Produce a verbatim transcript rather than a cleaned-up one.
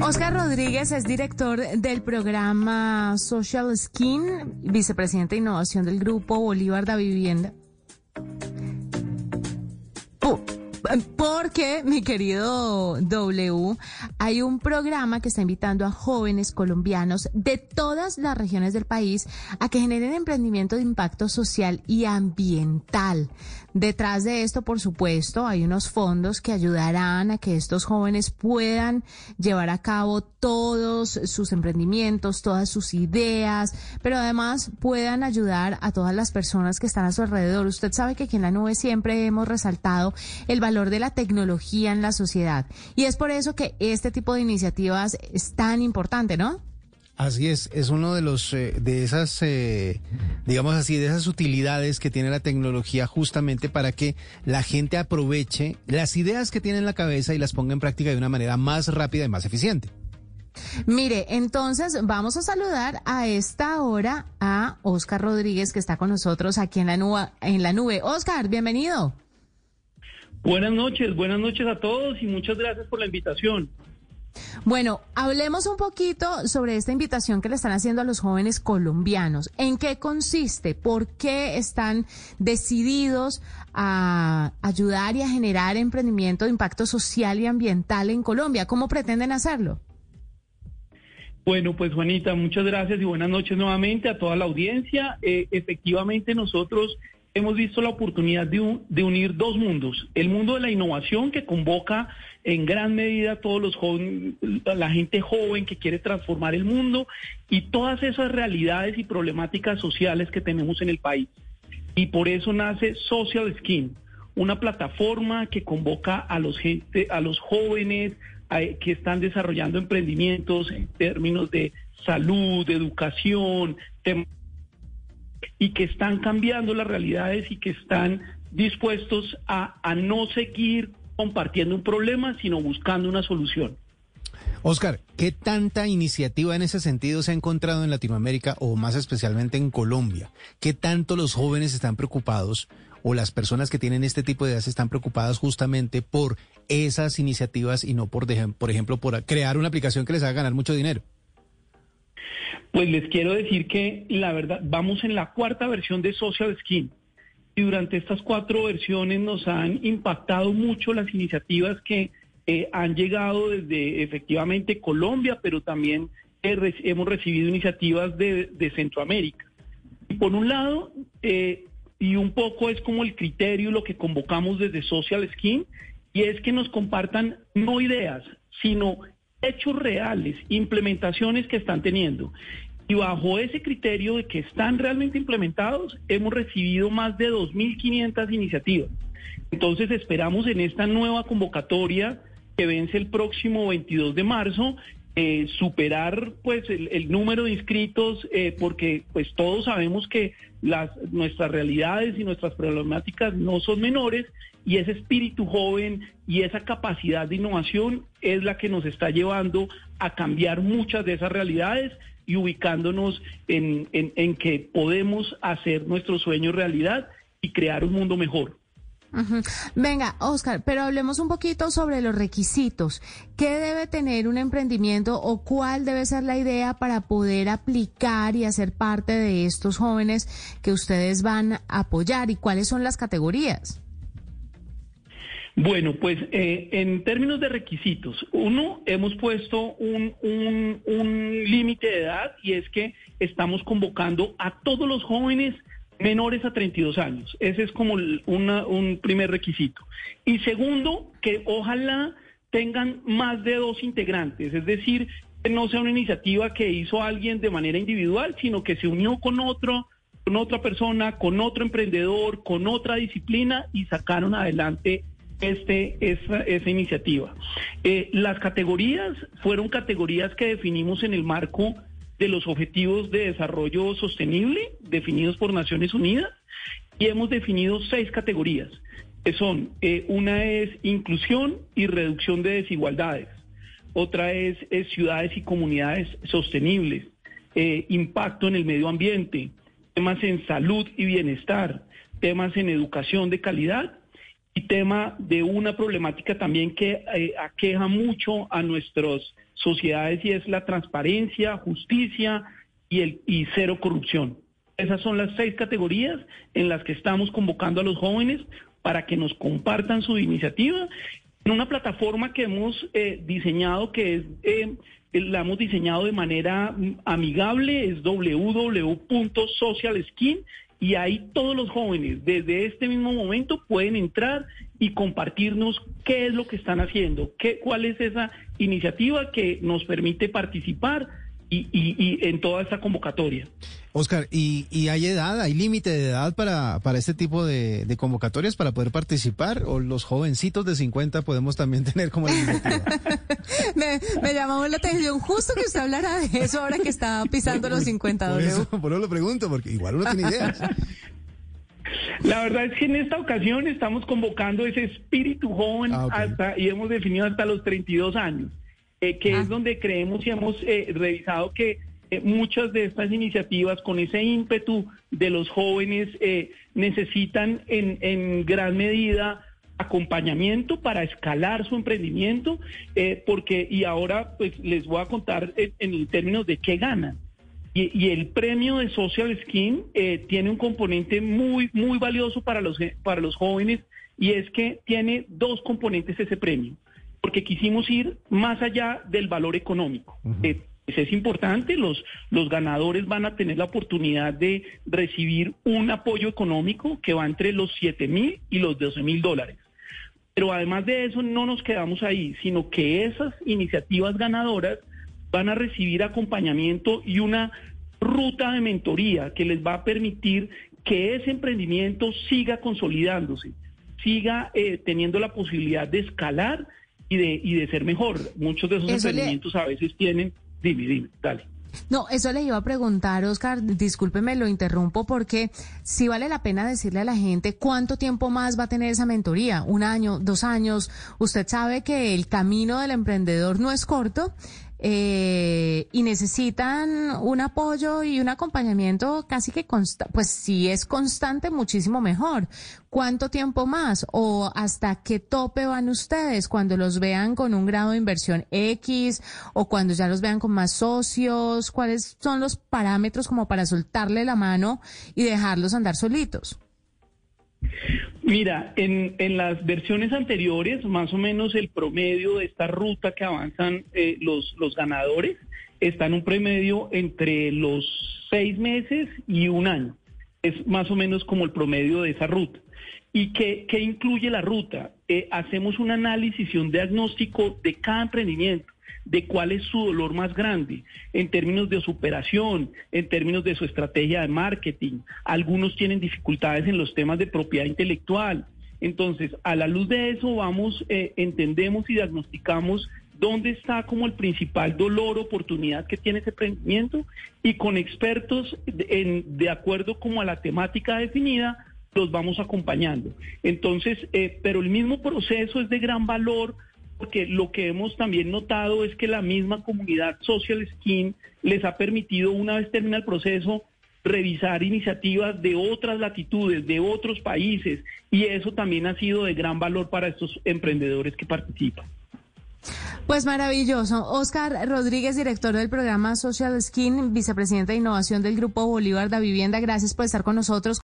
Oscar Rodríguez es director del programa Social Skin, vicepresidente de innovación del Grupo Bolívar da Vivienda. Porque, mi querido W, hay un programa que está invitando a jóvenes colombianos de todas las regiones del país a que generen emprendimiento de impacto social y ambiental. Detrás de esto, por supuesto, hay unos fondos que ayudarán a que estos jóvenes puedan llevar a cabo todos sus emprendimientos, todas sus ideas, pero además puedan ayudar a todas las personas que están a su alrededor. Usted sabe que aquí en La Nube siempre hemos resaltado el valor de la tecnología en la sociedad, y es por eso que este tipo de iniciativas es tan importante, ¿no? Así es, es uno de los eh, de esas, eh, digamos así, de esas utilidades que tiene la tecnología justamente para que la gente aproveche las ideas que tiene en la cabeza y las ponga en práctica de una manera más rápida y más eficiente. Mire, entonces vamos a saludar a esta hora a Oscar Rodríguez, que está con nosotros aquí en la nube. En la nube. Oscar, bienvenido. Buenas noches, buenas noches a todos y muchas gracias por la invitación. Bueno, hablemos un poquito sobre esta invitación que le están haciendo a los jóvenes colombianos. ¿En qué consiste? ¿Por qué están decididos a ayudar y a generar emprendimiento de impacto social y ambiental en Colombia? ¿Cómo pretenden hacerlo? Bueno, pues Juanita, muchas gracias y buenas noches nuevamente a toda la audiencia. Eh, efectivamente, nosotros hemos visto la oportunidad de, un, de unir dos mundos. El mundo de la innovación, que convoca en gran medida a todos los jóvenes, a la gente joven que quiere transformar el mundo, y todas esas realidades y problemáticas sociales que tenemos en el país. Y por eso nace Social Skin, una plataforma que convoca a los gente, a los jóvenes a, que están desarrollando emprendimientos en términos de salud, de educación, temas, y que están cambiando las realidades y que están dispuestos a, a no seguir compartiendo un problema, sino buscando una solución. Oscar, ¿qué tanta iniciativa en ese sentido se ha encontrado en Latinoamérica o más especialmente en Colombia? ¿Qué tanto los jóvenes están preocupados o las personas que tienen este tipo de ideas están preocupadas justamente por esas iniciativas y no por, por ejemplo, por crear una aplicación que les haga ganar mucho dinero? Pues les quiero decir que la verdad, vamos en la cuarta versión de Social Skin. Y durante estas cuatro versiones nos han impactado mucho las iniciativas que eh, han llegado desde efectivamente Colombia, pero también eh, re- hemos recibido iniciativas de, de Centroamérica. Y por un lado, eh, y un poco es como el criterio, lo que convocamos desde Social Skin, y es que nos compartan no ideas, sino hechos reales, implementaciones que están teniendo. Y bajo ese criterio de que están realmente implementados, hemos recibido más de dos mil quinientas iniciativas. Entonces esperamos en esta nueva convocatoria que vence el próximo veintidós de marzo, eh, superar pues el, el número de inscritos, eh, porque pues todos sabemos que las nuestras realidades y nuestras problemáticas no son menores, y ese espíritu joven y esa capacidad de innovación es la que nos está llevando a cambiar muchas de esas realidades y ubicándonos en, en, en que podemos hacer nuestro sueño realidad y crear un mundo mejor. Uh-huh. Venga, Oscar, pero hablemos un poquito sobre los requisitos. ¿Qué debe tener un emprendimiento o cuál debe ser la idea para poder aplicar y hacer parte de estos jóvenes que ustedes van a apoyar, y cuáles son las categorías? Bueno, pues eh, en términos de requisitos, uno, hemos puesto un, un, un límite de edad, y es que estamos convocando a todos los jóvenes menores a treinta y dos años. Ese es como una, un primer requisito. Y segundo, que ojalá tengan más de dos integrantes, es decir, que no sea una iniciativa que hizo alguien de manera individual, sino que se unió con otro, con otra persona, con otro emprendedor, con otra disciplina, y sacaron adelante Este, esa, esa iniciativa. Eh, las categorías fueron categorías que definimos en el marco de los Objetivos de Desarrollo Sostenible, definidos por Naciones Unidas, y hemos definido seis categorías, que son, eh, una es inclusión y reducción de desigualdades, otra es, es ciudades y comunidades sostenibles, eh, impacto en el medio ambiente, temas en salud y bienestar, temas en educación de calidad, y tema de una problemática también que eh, aqueja mucho a nuestras sociedades, y es la transparencia, justicia y, el, y cero corrupción. Esas son las seis categorías en las que estamos convocando a los jóvenes para que nos compartan su iniciativa en una plataforma que hemos eh, diseñado, que es eh, la hemos diseñado de manera amigable, es doble u doble u doble u punto social skin, y ahí todos los jóvenes desde este mismo momento pueden entrar y compartirnos qué es lo que están haciendo, qué, cuál es esa iniciativa que nos permite participar y, y, y en toda esta convocatoria. Oscar, ¿y, y hay edad, hay límite de edad para, para este tipo de, de convocatorias para poder participar? ¿O los jovencitos de cincuenta podemos también tener como la iniciativa? me, me llamó la atención justo que usted hablara de eso ahora que estaba pisando los cincuenta. Por W. eso, por eso lo pregunto, porque igual uno tiene ideas. La verdad es que en esta ocasión estamos convocando ese espíritu joven ah, okay. hasta y hemos definido hasta los treinta y dos años, eh, que ah. es donde creemos y hemos eh, revisado que eh, muchas de estas iniciativas con ese ímpetu de los jóvenes eh, necesitan en, en gran medida acompañamiento para escalar su emprendimiento, eh, porque y ahora pues les voy a contar en, en términos de qué ganan. Y, y el premio de Social Skin eh, tiene un componente muy muy valioso para los para los jóvenes, y es que tiene dos componentes ese premio, porque quisimos ir más allá del valor económico. Uh-huh. Eh, pues es importante, los, los ganadores van a tener la oportunidad de recibir un apoyo económico que va entre los siete mil y los doce mil dólares. Pero además de eso no nos quedamos ahí, sino que esas iniciativas ganadoras van a recibir acompañamiento y una ruta de mentoría que les va a permitir que ese emprendimiento siga consolidándose, siga eh, teniendo la posibilidad de escalar y de y de ser mejor. Muchos de esos eso emprendimientos le... a veces tienen... Dime, dime, dale. No, eso le iba a preguntar, Oscar, discúlpeme, lo interrumpo, porque sí vale la pena decirle a la gente cuánto tiempo más va a tener esa mentoría, un año, dos años. Usted sabe que el camino del emprendedor no es corto, eh, y necesitan un apoyo y un acompañamiento casi que constante, pues si es constante, muchísimo mejor. ¿Cuánto tiempo más? ¿O hasta qué tope van ustedes cuando los vean con un grado de inversión X o cuando ya los vean con más socios? ¿Cuáles son los parámetros como para soltarle la mano y dejarlos andar solitos? Mira, en, en las versiones anteriores, más o menos el promedio de esta ruta que avanzan eh, los, los ganadores está en un promedio entre los seis meses y un año. Es más o menos como el promedio de esa ruta. ¿Y qué, qué incluye la ruta? Eh, hacemos un análisis y un diagnóstico de cada emprendimiento, de cuál es su dolor más grande, en términos de su operación, en términos de su estrategia de marketing. Algunos tienen dificultades en los temas de propiedad intelectual. Entonces, a la luz de eso, vamos, eh, entendemos y diagnosticamos dónde está como el principal dolor, oportunidad que tiene ese emprendimiento, y con expertos, de, en, de acuerdo como a la temática definida, los vamos acompañando. Entonces, eh, pero el mismo proceso es de gran valor, porque lo que hemos también notado es que la misma comunidad Social Skin les ha permitido, una vez termina el proceso, revisar iniciativas de otras latitudes, de otros países, y eso también ha sido de gran valor para estos emprendedores que participan. Pues maravilloso. Oscar Rodríguez, director del programa Social Skin, vicepresidente de innovación del Grupo Bolívar da Vivienda, gracias por estar con nosotros.